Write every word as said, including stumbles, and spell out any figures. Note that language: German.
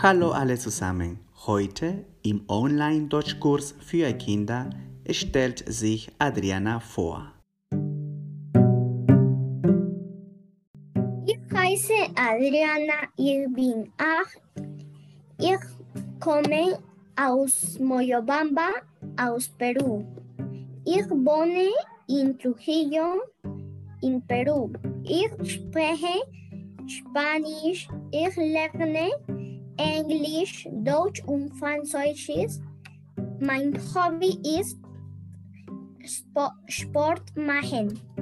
Hallo alle zusammen. Heute im Online-Deutschkurs für Kinder stellt sich Adriana vor. Ich heiße Adriana, ich bin acht. Ich komme aus Moyobamba, aus Peru. Ich wohne in Trujillo, in Peru. Ich spreche Spanisch, ich lerne Englisch, Deutsch und Französisch. Mein Hobby ist Sport machen.